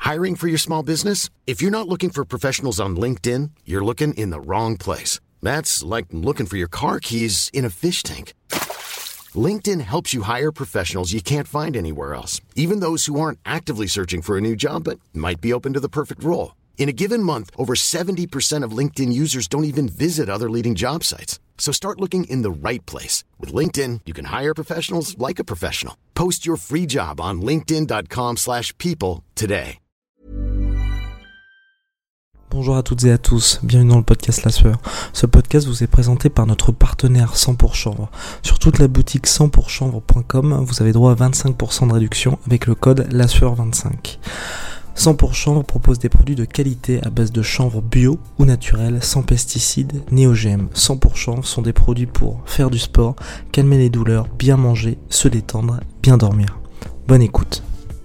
Hiring for your small business? If you're not looking for professionals on LinkedIn, you're looking in the wrong place. That's like looking for your car keys in a fish tank. LinkedIn helps you hire professionals you can't find anywhere else, even those who aren't actively searching for a new job but might be open to the perfect role. In a given month, over 70% of LinkedIn users don't even visit other leading job sites. So start looking in the right place. With LinkedIn, you can hire professionals like a professional. Post your free job on linkedin.com/people today. Bonjour à toutes et à tous, bienvenue dans le podcast La Sueur. Ce podcast vous est présenté par notre partenaire 100 pour chanvre. Sur toute la boutique 100pourchanvre.com, vous avez droit à 25% de réduction avec le code LASUEUR25. 100 pour chanvre propose des produits de qualité à base de chanvre bio ou naturel, sans pesticides ni OGM. 100 pour chanvre sont des produits pour faire du sport, calmer les douleurs, bien manger, se détendre, bien dormir. Bonne écoute.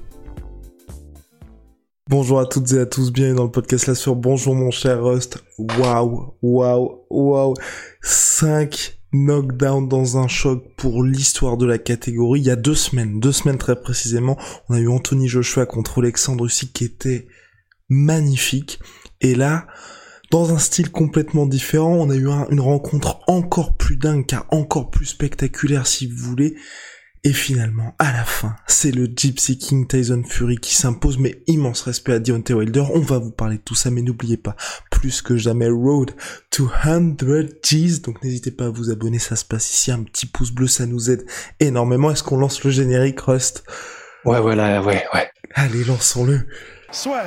Bonjour à toutes et à tous, bienvenue dans le podcast La Sueur. Bonjour mon cher Rust. Waouh. 5 knockdowns dans un choc pour l'histoire de la catégorie. Il y a 2 semaines très précisément, on a eu Anthony Joshua contre Alexandre Usyk qui était magnifique. Et là, dans un style complètement différent, on a eu une rencontre encore plus dingue, car encore plus spectaculaire si vous voulez. Et finalement, à la fin, c'est le Gypsy King Tyson Fury qui s'impose, mais immense respect à Deontay Wilder. On va vous parler de tout ça, mais n'oubliez pas, plus que jamais, Road to 100 G's. Donc n'hésitez pas à vous abonner, ça se passe ici, un petit pouce bleu, ça nous aide énormément. Est-ce qu'on lance le générique, Rust? Ouais. Allez, lançons-le. Soit.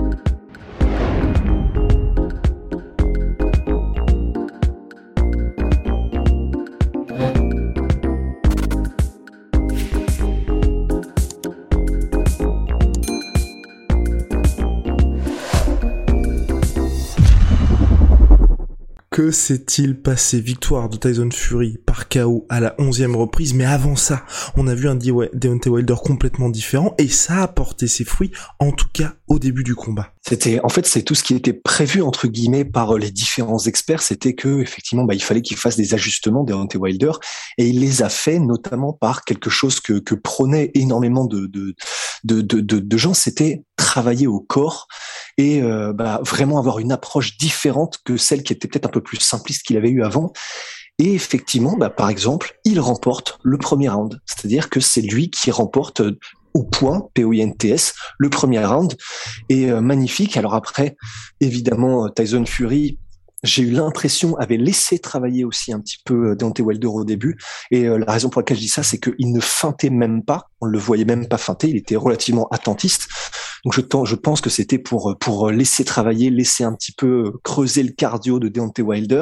Que s'est-il passé? Victoire de Tyson Fury par KO à la 11e reprise, mais avant ça, on a vu un Deontay Wilder complètement différent, et ça a porté ses fruits, en tout cas au début du combat. C'est tout ce qui était prévu entre guillemets par les différents experts, c'était que effectivement il fallait qu'il fasse des ajustements Deontay Wilder, et il les a fait notamment par quelque chose que prônaient énormément de gens, c'était travailler au corps et vraiment avoir une approche différente que celle qui était peut-être un peu plus simpliste qu'il avait eu avant. Et effectivement, par exemple, il remporte le premier round, c'est-à-dire que c'est lui qui remporte au point, POINTS, le premier round, et magnifique. Alors après, évidemment, Tyson Fury, j'ai eu l'impression, avait laissé travailler aussi un petit peu Deontay Wilder au début, et la raison pour laquelle je dis ça, c'est qu'il ne feintait même pas, on le voyait même pas feinter, il était relativement attentiste. Donc je pense que c'était pour laisser travailler, laisser un petit peu creuser le cardio de Deontay Wilder.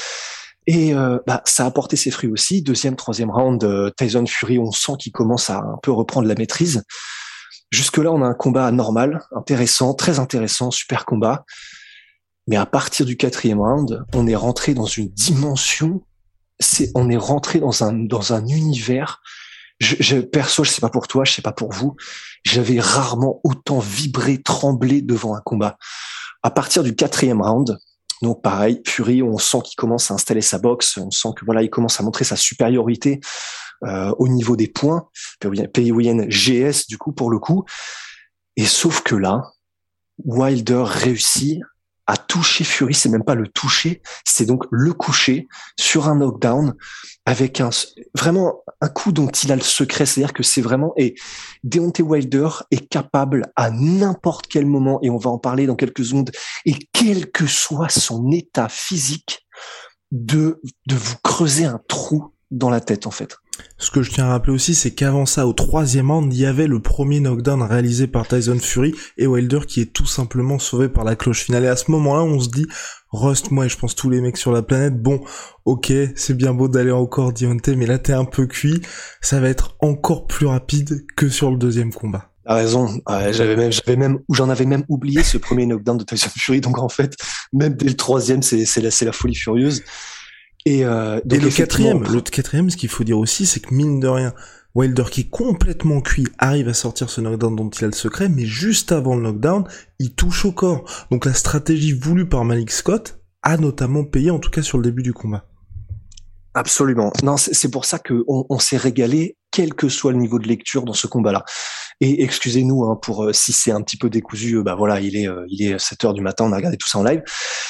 Et ça a porté ses fruits aussi. 2e, 3e round, Tyson Fury, on sent qu'il commence à un peu reprendre la maîtrise. Jusque-là, on a un combat normal, intéressant, très intéressant, super combat. Mais à partir du 4e round, on est rentré dans une dimension, on est rentré dans un univers. Perso, je sais pas pour toi, je sais pas pour vous, j'avais rarement autant vibré, tremblé devant un combat. À partir du 4e round, donc pareil, Fury, on sent qu'il commence à installer sa boxe, on sent que il commence à montrer sa supériorité au niveau des points, POIN GS du coup pour le coup. Et sauf que là, Wilder réussit à toucher Fury, c'est même pas le toucher, c'est donc le coucher sur un knockdown avec vraiment un coup dont il a le secret, c'est-à-dire que c'est vraiment, et Deontay Wilder est capable à n'importe quel moment, et on va en parler dans quelques secondes, et quel que soit son état physique, de vous creuser un trou dans la tête en fait. Ce que je tiens à rappeler aussi, c'est qu'avant ça, au 3e round, il y avait le premier knockdown réalisé par Tyson Fury et Wilder qui est tout simplement sauvé par la cloche finale. Et à ce moment-là, on se dit, Rust, moi et je pense tous les mecs sur la planète, bon, ok, c'est bien beau d'aller encore Deontay, mais là t'es un peu cuit, ça va être encore plus rapide que sur le 2e combat. T'as raison, j'en avais même oublié ce premier knockdown de Tyson Fury, donc en fait, même dès le 3e, c'est la folie furieuse. Et le quatrième, ce qu'il faut dire aussi, c'est que mine de rien, Wilder qui est complètement cuit arrive à sortir ce knockdown dont il a le secret, mais juste avant le knockdown, il touche au corps. Donc la stratégie voulue par Malik Scott a notamment payé, en tout cas sur le début du combat. Absolument. Non, c'est pour ça que on s'est régalé, quel que soit le niveau de lecture dans ce combat-là. Et excusez-nous pour si c'est un petit peu décousu, voilà, il est 7 heures du matin, on a regardé tout ça en live.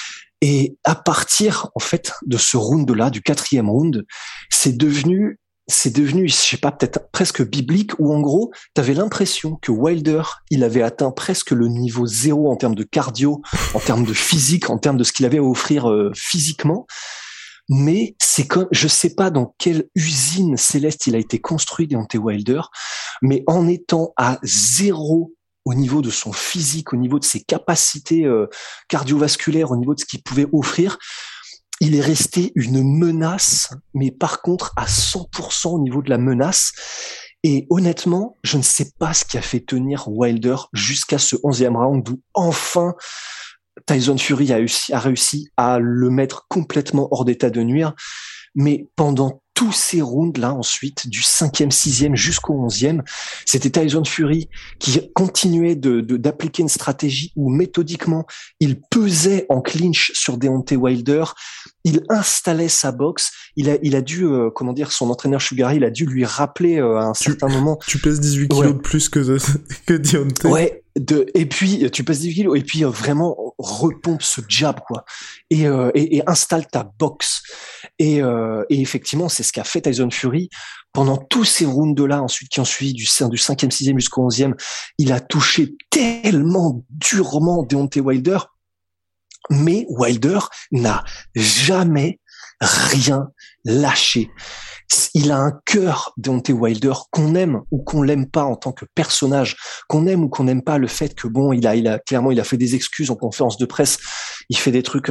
Et à partir en fait de ce round-là, du 4e round, c'est devenu, je sais pas, peut-être presque biblique, où en gros, t'avais l'impression que Wilder, il avait atteint presque le niveau 0 en termes de cardio, en termes de physique, en termes de ce qu'il avait à offrir physiquement. Mais c'est comme, je sais pas dans quelle usine céleste il a été construit, Deontay Wilder, mais en étant à 0 au niveau de son physique, au niveau de ses capacités cardiovasculaires, au niveau de ce qu'il pouvait offrir, il est resté une menace, mais par contre à 100% au niveau de la menace. Et honnêtement, je ne sais pas ce qui a fait tenir Wilder jusqu'à ce 11e round où enfin Tyson Fury a réussi à le mettre complètement hors d'état de nuire. Mais pendant tous ces rounds-là, ensuite, du 5e, 6e jusqu'au 11e, c'était Tyson Fury qui continuait d'appliquer une stratégie où méthodiquement, il pesait en clinch sur Deontay Wilder, il installait sa boxe, il a dû, son entraîneur Sugar Ray, il a dû lui rappeler à un certain moment. Tu pèses 18 kilos de plus que Deontay. Ouais. Et puis tu passes 10 kilos et puis vraiment repompe ce jab quoi et installe ta boxe et effectivement c'est ce qu'a fait Tyson Fury pendant tous ces rounds là ensuite qui ont suivi du 5e 6e jusqu'au 11e. Il a touché tellement durement Deontay Wilder, mais Wilder n'a jamais rien lâché. Il a un cœur, Deontay Wilder, qu'on aime ou qu'on l'aime pas en tant que personnage, qu'on aime ou qu'on n'aime pas le fait que bon, il a clairement, il a fait des excuses en conférence de presse, il fait des trucs,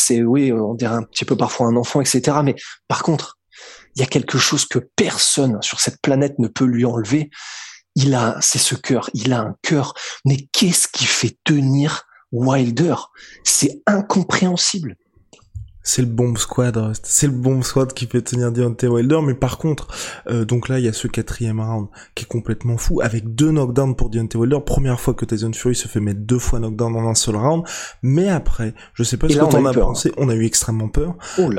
on dirait un petit peu parfois un enfant, etc. Mais par contre, il y a quelque chose que personne sur cette planète ne peut lui enlever. C'est ce cœur, il a un cœur. Mais qu'est-ce qui fait tenir Wilder? C'est incompréhensible. C'est le bomb squad, qui fait tenir Deontay Wilder, mais par contre, donc là, il y a ce 4e round qui est complètement fou, avec 2 knockdowns pour Deontay Wilder, première fois que Tyson Fury se fait mettre 2 fois knockdown en un seul round, mais après, je sais pas ce que t'en as pensé, on a eu extrêmement peur,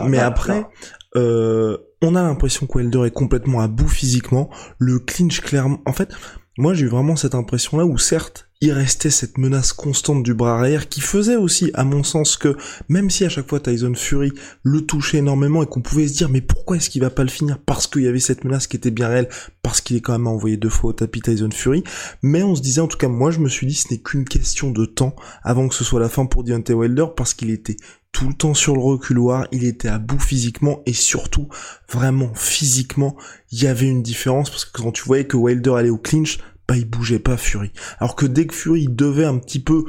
on a l'impression que Wilder est complètement à bout physiquement, le clinch clairement, en fait, moi j'ai eu vraiment cette impression-là où certes, il restait cette menace constante du bras arrière qui faisait aussi, à mon sens, que même si à chaque fois Tyson Fury le touchait énormément et qu'on pouvait se dire mais pourquoi est-ce qu'il va pas le finir, parce qu'il y avait cette menace qui était bien réelle, parce qu'il est quand même envoyé 2 fois au tapis Tyson Fury, mais on se disait, en tout cas moi je me suis dit ce n'est qu'une question de temps avant que ce soit la fin pour Deontay Wilder, parce qu'il était tout le temps sur le reculoir, il était à bout physiquement et surtout, vraiment physiquement, il y avait une différence parce que quand tu voyais que Wilder allait au clinch, il bougeait pas Fury. Alors que dès que Fury devait un petit peu,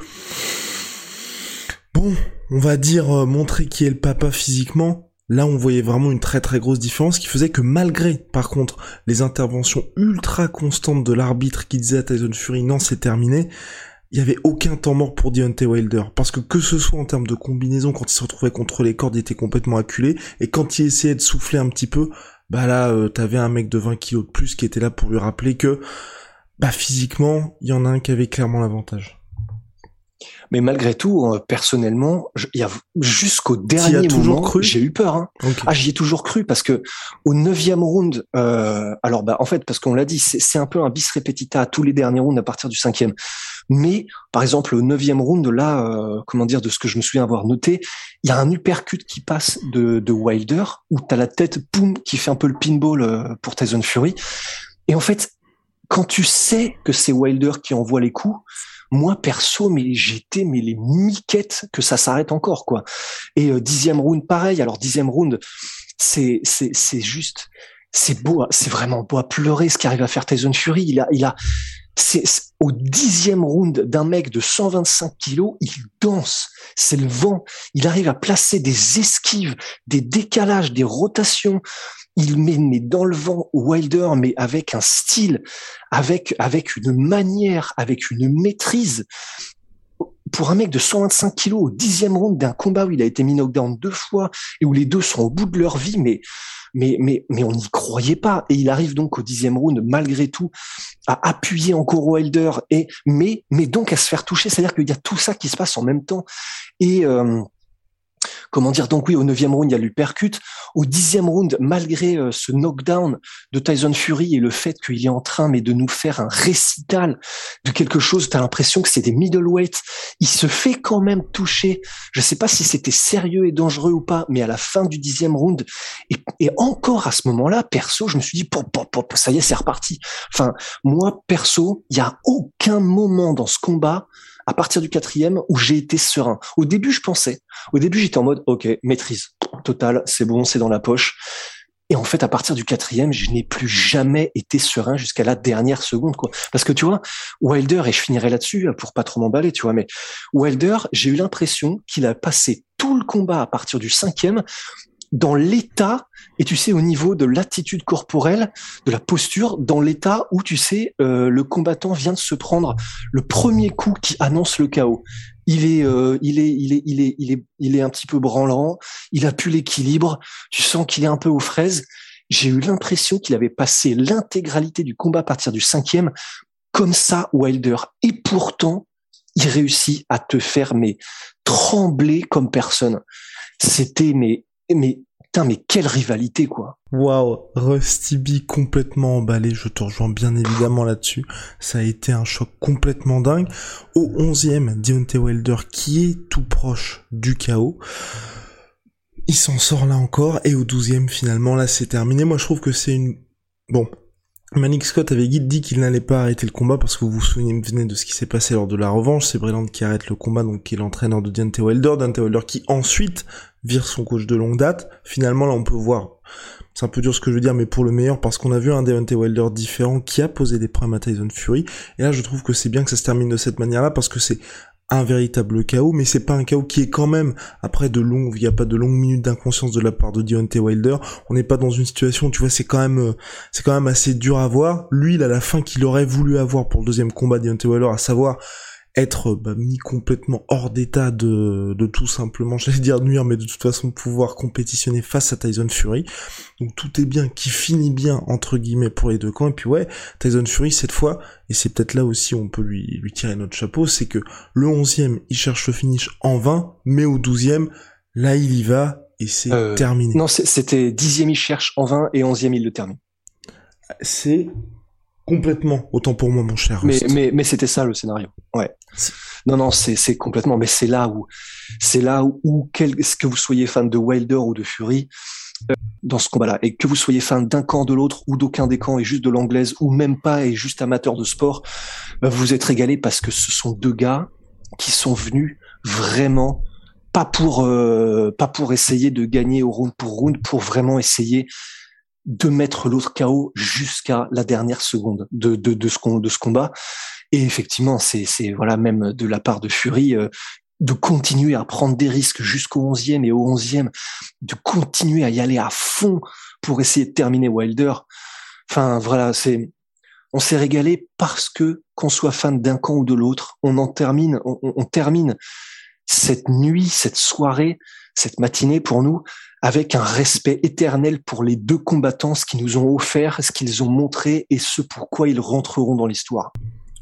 bon, on va dire montrer qui est le papa physiquement, là on voyait vraiment une très très grosse différence qui faisait que malgré, par contre, les interventions ultra constantes de l'arbitre qui disait à Tyson Fury non c'est terminé, il y avait aucun temps mort pour Deontay Wilder, parce que ce soit en termes de combinaison, quand il se retrouvait contre les cordes, il était complètement acculé, et quand il essayait de souffler un petit peu, t'avais un mec de 20 kilos de plus qui était là pour lui rappeler que physiquement, il y en a un qui avait clairement l'avantage. Mais malgré tout, personnellement, jusqu'au dernier moment, j'ai eu peur. Hein. Okay. J'y ai toujours cru parce que au 9e round, en fait, parce qu'on l'a dit, c'est un peu un bis repetita à tous les derniers rounds à partir du 5e. Mais par exemple, au 9e round, là, de ce que je me souviens avoir noté, il y a un uppercut qui passe de Wilder où t'as la tête, boum, qui fait un peu le pinball pour Tyson Fury. Et en fait, quand tu sais que c'est Wilder qui envoie les coups, moi perso, j'étais les miquettes que ça s'arrête encore quoi. Et 10e round pareil. Alors 10e round, c'est juste, c'est beau, c'est vraiment beau à pleurer ce qu'arrive à faire Tyson Fury. C'est au 10e round d'un mec de 125 kilos, il danse, c'est le vent. Il arrive à placer des esquives, des décalages, des rotations. Il met dans le vent Wilder, mais avec un style, avec une manière, avec une maîtrise. Pour un mec de 125 kilos au 10e round d'un combat où il a été mis knockdown 2 fois et où les deux sont au bout de leur vie, mais on n'y croyait pas. Et il arrive donc au 10e round, malgré tout, à appuyer encore Wilder mais donc à se faire toucher. C'est-à-dire qu'il y a tout ça qui se passe en même temps. Et comment dire, donc oui, au 9e round, il y a l'uppercut. Au 10e round, malgré ce knockdown de Tyson Fury et le fait qu'il est en train mais de nous faire un récital de quelque chose, t'as l'impression que c'est des middleweights. Il se fait quand même toucher. Je sais pas si c'était sérieux et dangereux ou pas, mais à la fin du 10e round, et encore à ce moment-là, perso, je me suis dit, pop, pop, pop, ça y est, c'est reparti. Enfin, moi, perso, il y a aucun moment dans ce combat à partir du 4e où j'ai été serein. Au début, j'étais en mode, ok, maîtrise totale, c'est bon, c'est dans la poche. Et en fait, à partir du 4e, je n'ai plus jamais été serein jusqu'à la dernière seconde, quoi. Parce que tu vois, Wilder, et je finirai là-dessus pour pas trop m'emballer, tu vois, mais Wilder, j'ai eu l'impression qu'il a passé tout le combat à partir du 5e dans l'état, et tu sais, au niveau de l'attitude corporelle, de la posture, dans l'état où, tu sais, le combattant vient de se prendre le premier coup qui annonce le chaos. Il est un petit peu branlant, il a plus l'équilibre, tu sens qu'il est un peu aux fraises. J'ai eu l'impression qu'il avait passé l'intégralité du combat à partir du 5e, comme ça, Wilder. Et pourtant, il réussit à te faire, trembler comme personne. C'était, putain, mais quelle rivalité, quoi. Waouh, Rusty B complètement emballé, je te rejoins bien évidemment là-dessus. Ça a été un choc complètement dingue. Au 11e, Deontay Wilder qui est tout proche du chaos. Il s'en sort là encore, et au 12e, finalement, là c'est terminé. Moi je trouve que c'est Bon, Malik Scott avait dit qu'il n'allait pas arrêter le combat parce que vous vous souvenez de ce qui s'est passé lors de la revanche. C'est Breland qui arrête le combat, donc qui est l'entraîneur de Deontay Wilder qui ensuite vire son coach de longue date. Finalement là on peut voir, c'est un peu dur ce que je veux dire, mais pour le meilleur, parce qu'on a vu un Deontay Wilder différent qui a posé des problèmes à Tyson Fury, et là je trouve que c'est bien que ça se termine de cette manière-là, parce que c'est un véritable chaos, mais c'est pas un chaos qui est quand même, après il y a pas de longues minutes d'inconscience de la part de Deontay Wilder, on n'est pas dans une situation, tu vois, c'est quand même assez dur à voir. Lui, il a la fin qu'il aurait voulu avoir pour le deuxième combat de Deontay Wilder, à savoir être mis complètement hors d'état de tout simplement, j'allais dire nuire, mais de toute façon pouvoir compétitionner face à Tyson Fury. Donc tout est bien, qui finit bien entre guillemets pour les deux camps. Et puis ouais, Tyson Fury cette fois, et c'est peut-être là aussi où on peut lui tirer notre chapeau, c'est que le 11e il cherche le finish en vain, mais au 12e là il y va et c'est terminé. Non, c'était 10e il cherche en vain et 11e il le termine. C'est complètement, autant pour moi mon cher. Mais c'était ça le scénario. Ouais. Non, c'est complètement, mais c'est là où est-ce que vous soyez fan de Wilder ou de Fury, dans ce combat-là, et que vous soyez fan d'un camp, de l'autre, ou d'aucun des camps, et juste de l'anglaise, ou même pas, et juste amateur de sport, vous vous êtes régalés parce que ce sont deux gars qui sont venus vraiment pas pour essayer de gagner au round pour round, pour vraiment essayer de mettre l'autre KO jusqu'à la dernière seconde de ce combat. Et effectivement, c'est voilà, même de la part de Fury, de continuer à prendre des risques jusqu'au 11e et au 11e, de continuer à y aller à fond pour essayer de terminer Wilder. Enfin, voilà, on s'est régalé parce que, qu'on soit fan d'un camp ou de l'autre, on termine cette nuit, cette soirée, cette matinée pour nous, avec un respect éternel pour les deux combattants, ce qu'ils nous ont offert, ce qu'ils ont montré et ce pourquoi ils rentreront dans l'histoire.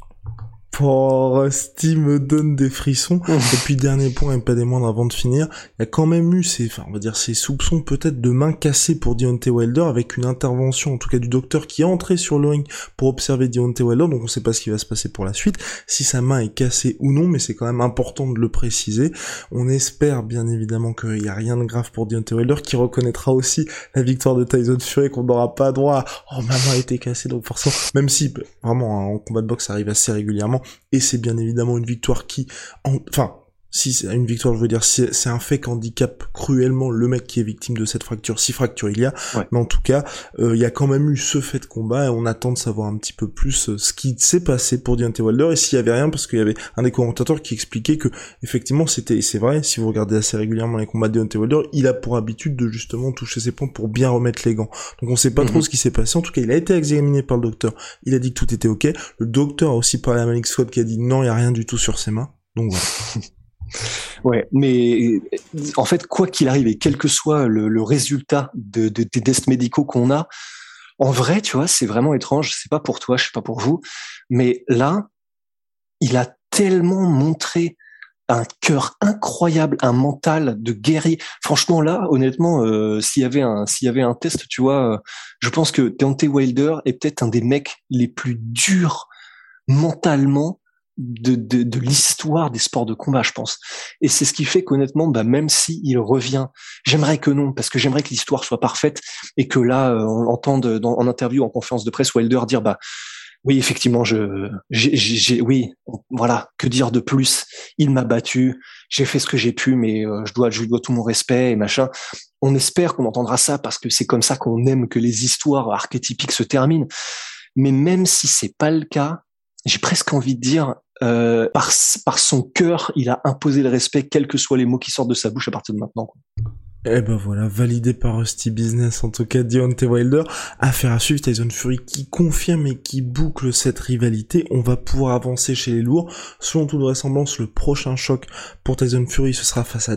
Rusty me donne des frissons. Et puis dernier point, et pas des moindres avant de finir, il y a quand même eu ces soupçons peut-être de main cassée pour Deontay Wilder, avec une intervention en tout cas du docteur qui est entré sur le ring pour observer Deontay Wilder, donc on sait pas ce qui va se passer pour la suite, si sa main est cassée ou non, mais c'est quand même important de le préciser. On espère bien évidemment qu'il y a rien de grave pour Deontay Wilder, qui reconnaîtra aussi la victoire de Tyson Fury, qu'on n'aura pas droit à « oh ma main a été cassée », donc forcément, même si vraiment en combat de boxe ça arrive assez régulièrement, et c'est bien évidemment une victoire si c'est une victoire, je veux dire, c'est un fait qu'handicape cruellement le mec qui est victime de cette fracture, si fracture il y a, ouais. Mais en tout cas, il y a quand même eu ce fait de combat, et on attend de savoir un petit peu plus ce qui s'est passé pour Deontay Wilder, et s'il y avait rien, parce qu'il y avait un des commentateurs qui expliquait que, effectivement, et c'est vrai, si vous regardez assez régulièrement les combats de Deontay Wilder, il a pour habitude de justement toucher ses points pour bien remettre les gants. Donc on sait pas trop ce qui s'est passé, en tout cas, il a été examiné par le docteur, il a dit que tout était ok, le docteur a aussi parlé à Malik Scott qui a dit non, il y a rien du tout sur ses mains, donc voilà. Ouais, mais en fait, quoi qu'il arrive et quel que soit le résultat des tests médicaux qu'on a, en vrai, tu vois, c'est vraiment étrange. C'est pas pour toi, je sais pas pour vous, mais là, il a tellement montré un cœur incroyable, un mental de guerrier. Franchement, là, honnêtement, s'il y avait un test, tu vois, je pense que Deontay Wilder est peut-être un des mecs les plus durs mentalement de l'histoire des sports de combat, je pense. Et c'est ce qui fait qu'honnêtement, même si il revient, j'aimerais que non, parce que j'aimerais que l'histoire soit parfaite et que là, on l'entende en interview, en conférence de presse, Wilder dire, oui, effectivement, oui, voilà, que dire de plus? Il m'a battu, j'ai fait ce que j'ai pu, mais je lui dois tout mon respect et machin. On espère qu'on entendra ça parce que c'est comme ça qu'on aime que les histoires archétypiques se terminent. Mais même si c'est pas le cas, j'ai presque envie de dire, par son cœur, il a imposé le respect, quels que soient les mots qui sortent de sa bouche à partir de maintenant, quoi. Eh ben voilà, validé par Rusty Business, en tout cas Deontay Wilder. Affaire à suivre, Tyson Fury qui confirme et qui boucle cette rivalité. On va pouvoir avancer chez les lourds. Selon toute vraisemblance, le prochain choc pour Tyson Fury, ce sera face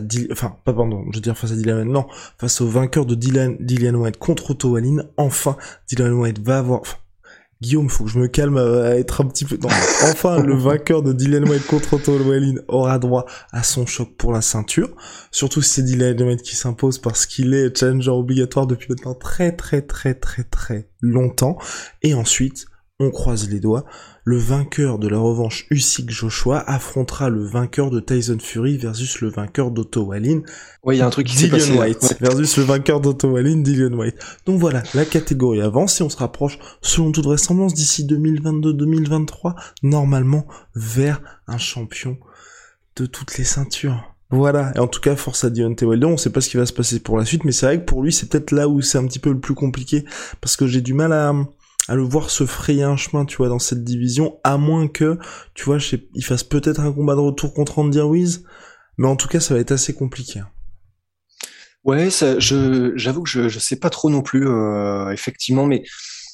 au vainqueur de Dillian Whyte contre Otto Wallin. Enfin, Dillian Whyte va avoir... Guillaume, faut que je me calme à être un petit peu... Non, enfin, le vainqueur de Dillian Whyte contre Otto Wallin aura droit à son choc pour la ceinture. Surtout si c'est Dillian Whyte qui s'impose parce qu'il est challenger obligatoire depuis maintenant très longtemps. Et ensuite, on croise les doigts, le vainqueur de la revanche Usyk-Joshua affrontera le vainqueur de Tyson Fury versus le vainqueur d'Otto Wallin. Oui, il y a un truc qui s'est passé. Dillian Whyte versus le vainqueur d'Otto Wallin, Dillian Whyte. Donc voilà, la catégorie avance et on se rapproche, selon toute vraisemblance, d'ici 2022-2023, normalement, vers un champion de toutes les ceintures. Voilà, et en tout cas, force à Deontay Wilder, on sait pas ce qui va se passer pour la suite, mais c'est vrai que pour lui, c'est peut-être là où c'est un petit peu le plus compliqué, parce que j'ai du mal à le voir se frayer un chemin, tu vois, dans cette division, à moins que, tu vois, il fasse peut-être un combat de retour contre Andy Ruiz, mais en tout cas, ça va être assez compliqué. Ouais, j'avoue que je sais pas trop non plus, effectivement, mais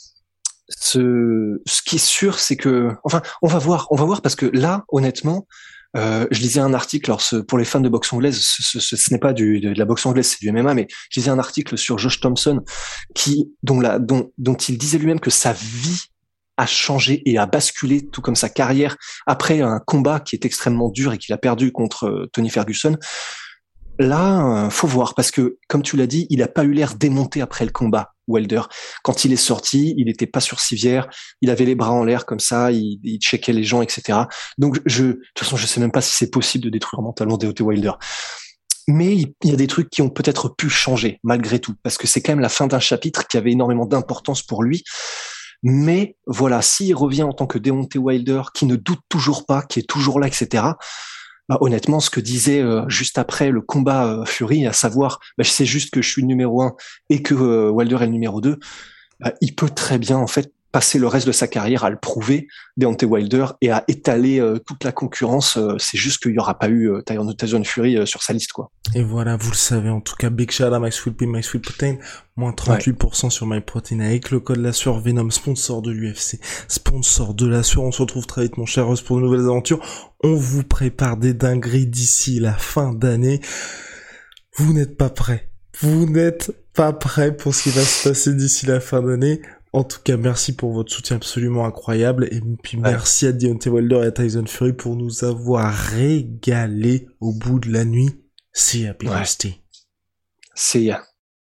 ce qui est sûr, c'est que, enfin, on va voir parce que là, honnêtement, je lisais un article, alors pour les fans de boxe anglaise, ce n'est pas de la boxe anglaise, c'est du MMA, mais je lisais un article sur Josh Thompson dont il disait lui-même que sa vie a changé et a basculé, tout comme sa carrière, après un combat qui est extrêmement dur et qu'il a perdu contre Tony Ferguson. Là, faut voir, parce que, comme tu l'as dit, il a pas eu l'air démonté après le combat, Wilder. Quand il est sorti, il était pas sur civière, il avait les bras en l'air comme ça, il checkait les gens, etc. Donc, de toute façon, je sais même pas si c'est possible de détruire mentalement Deontay Wilder. Mais il y a des trucs qui ont peut-être pu changer, malgré tout, parce que c'est quand même la fin d'un chapitre qui avait énormément d'importance pour lui. Mais voilà, s'il revient en tant que Deontay Wilder, qui ne doute toujours pas, qui est toujours là, etc., honnêtement, ce que disait juste après le combat Fury, à savoir, c'est juste que je suis le numéro 1 et que Wilder est le numéro 2, il peut très bien en fait passer le reste de sa carrière à le prouver, Deontay Wilder, et à étaler toute la concurrence. C'est juste qu'il n'y aura pas eu Tyson Fury sur sa liste, quoi. Et voilà, vous le savez, en tout cas, big shout à MySweetPea, moins 38% sur MyProtein avec le code LASURE, Venom, sponsor de l'UFC, sponsor de LASURE. On se retrouve très vite, mon cher Russ, pour de nouvelles aventures. On vous prépare des dingueries d'ici la fin d'année. Vous n'êtes pas prêts. Vous n'êtes pas prêts pour ce qui va se passer d'ici la fin d'année. En tout cas, merci pour votre soutien absolument incroyable. Et puis merci à Deontay Wilder et à Tyson Fury pour nous avoir régalé au bout de la nuit. See ya, Big Rusty. See ya.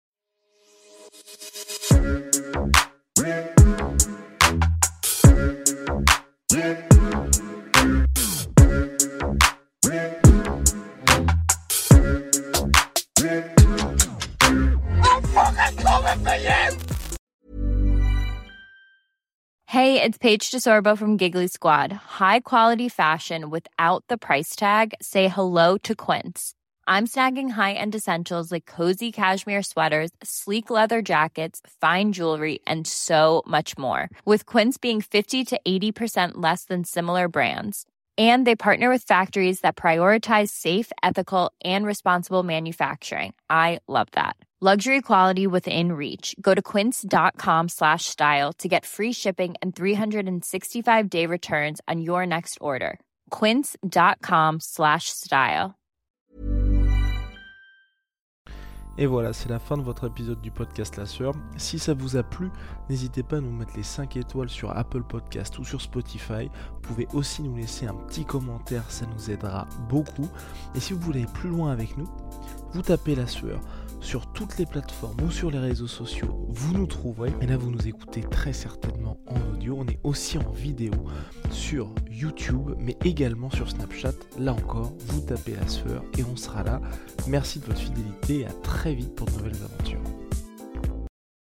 Hey, it's Paige DeSorbo from Giggly Squad. High quality fashion without the price tag. Say hello to Quince. I'm snagging high-end essentials like cozy cashmere sweaters, sleek leather jackets, fine jewelry, and so much more. With Quince being 50 to 80% less than similar brands. And they partner with factories that prioritize safe, ethical, and responsible manufacturing. I love that. Luxury quality within reach. Go to quince.com/style to get free shipping and 365-day returns on your next order. Quince.com/style. Et voilà, c'est la fin de votre épisode du podcast La Sueur. Si ça vous a plu, n'hésitez pas à nous mettre les 5 étoiles sur Apple Podcast ou sur Spotify. Vous pouvez aussi nous laisser un petit commentaire, ça nous aidera beaucoup. Et si vous voulez aller plus loin avec nous, vous tapez La Sueur sur toutes les plateformes ou sur les réseaux sociaux, vous nous trouverez. Et là, vous nous écoutez très certainement en audio. On est aussi en vidéo sur YouTube, mais également sur Snapchat. Là encore, vous tapez La Sueur et on sera là. Merci de votre fidélité et à très vite pour de nouvelles aventures.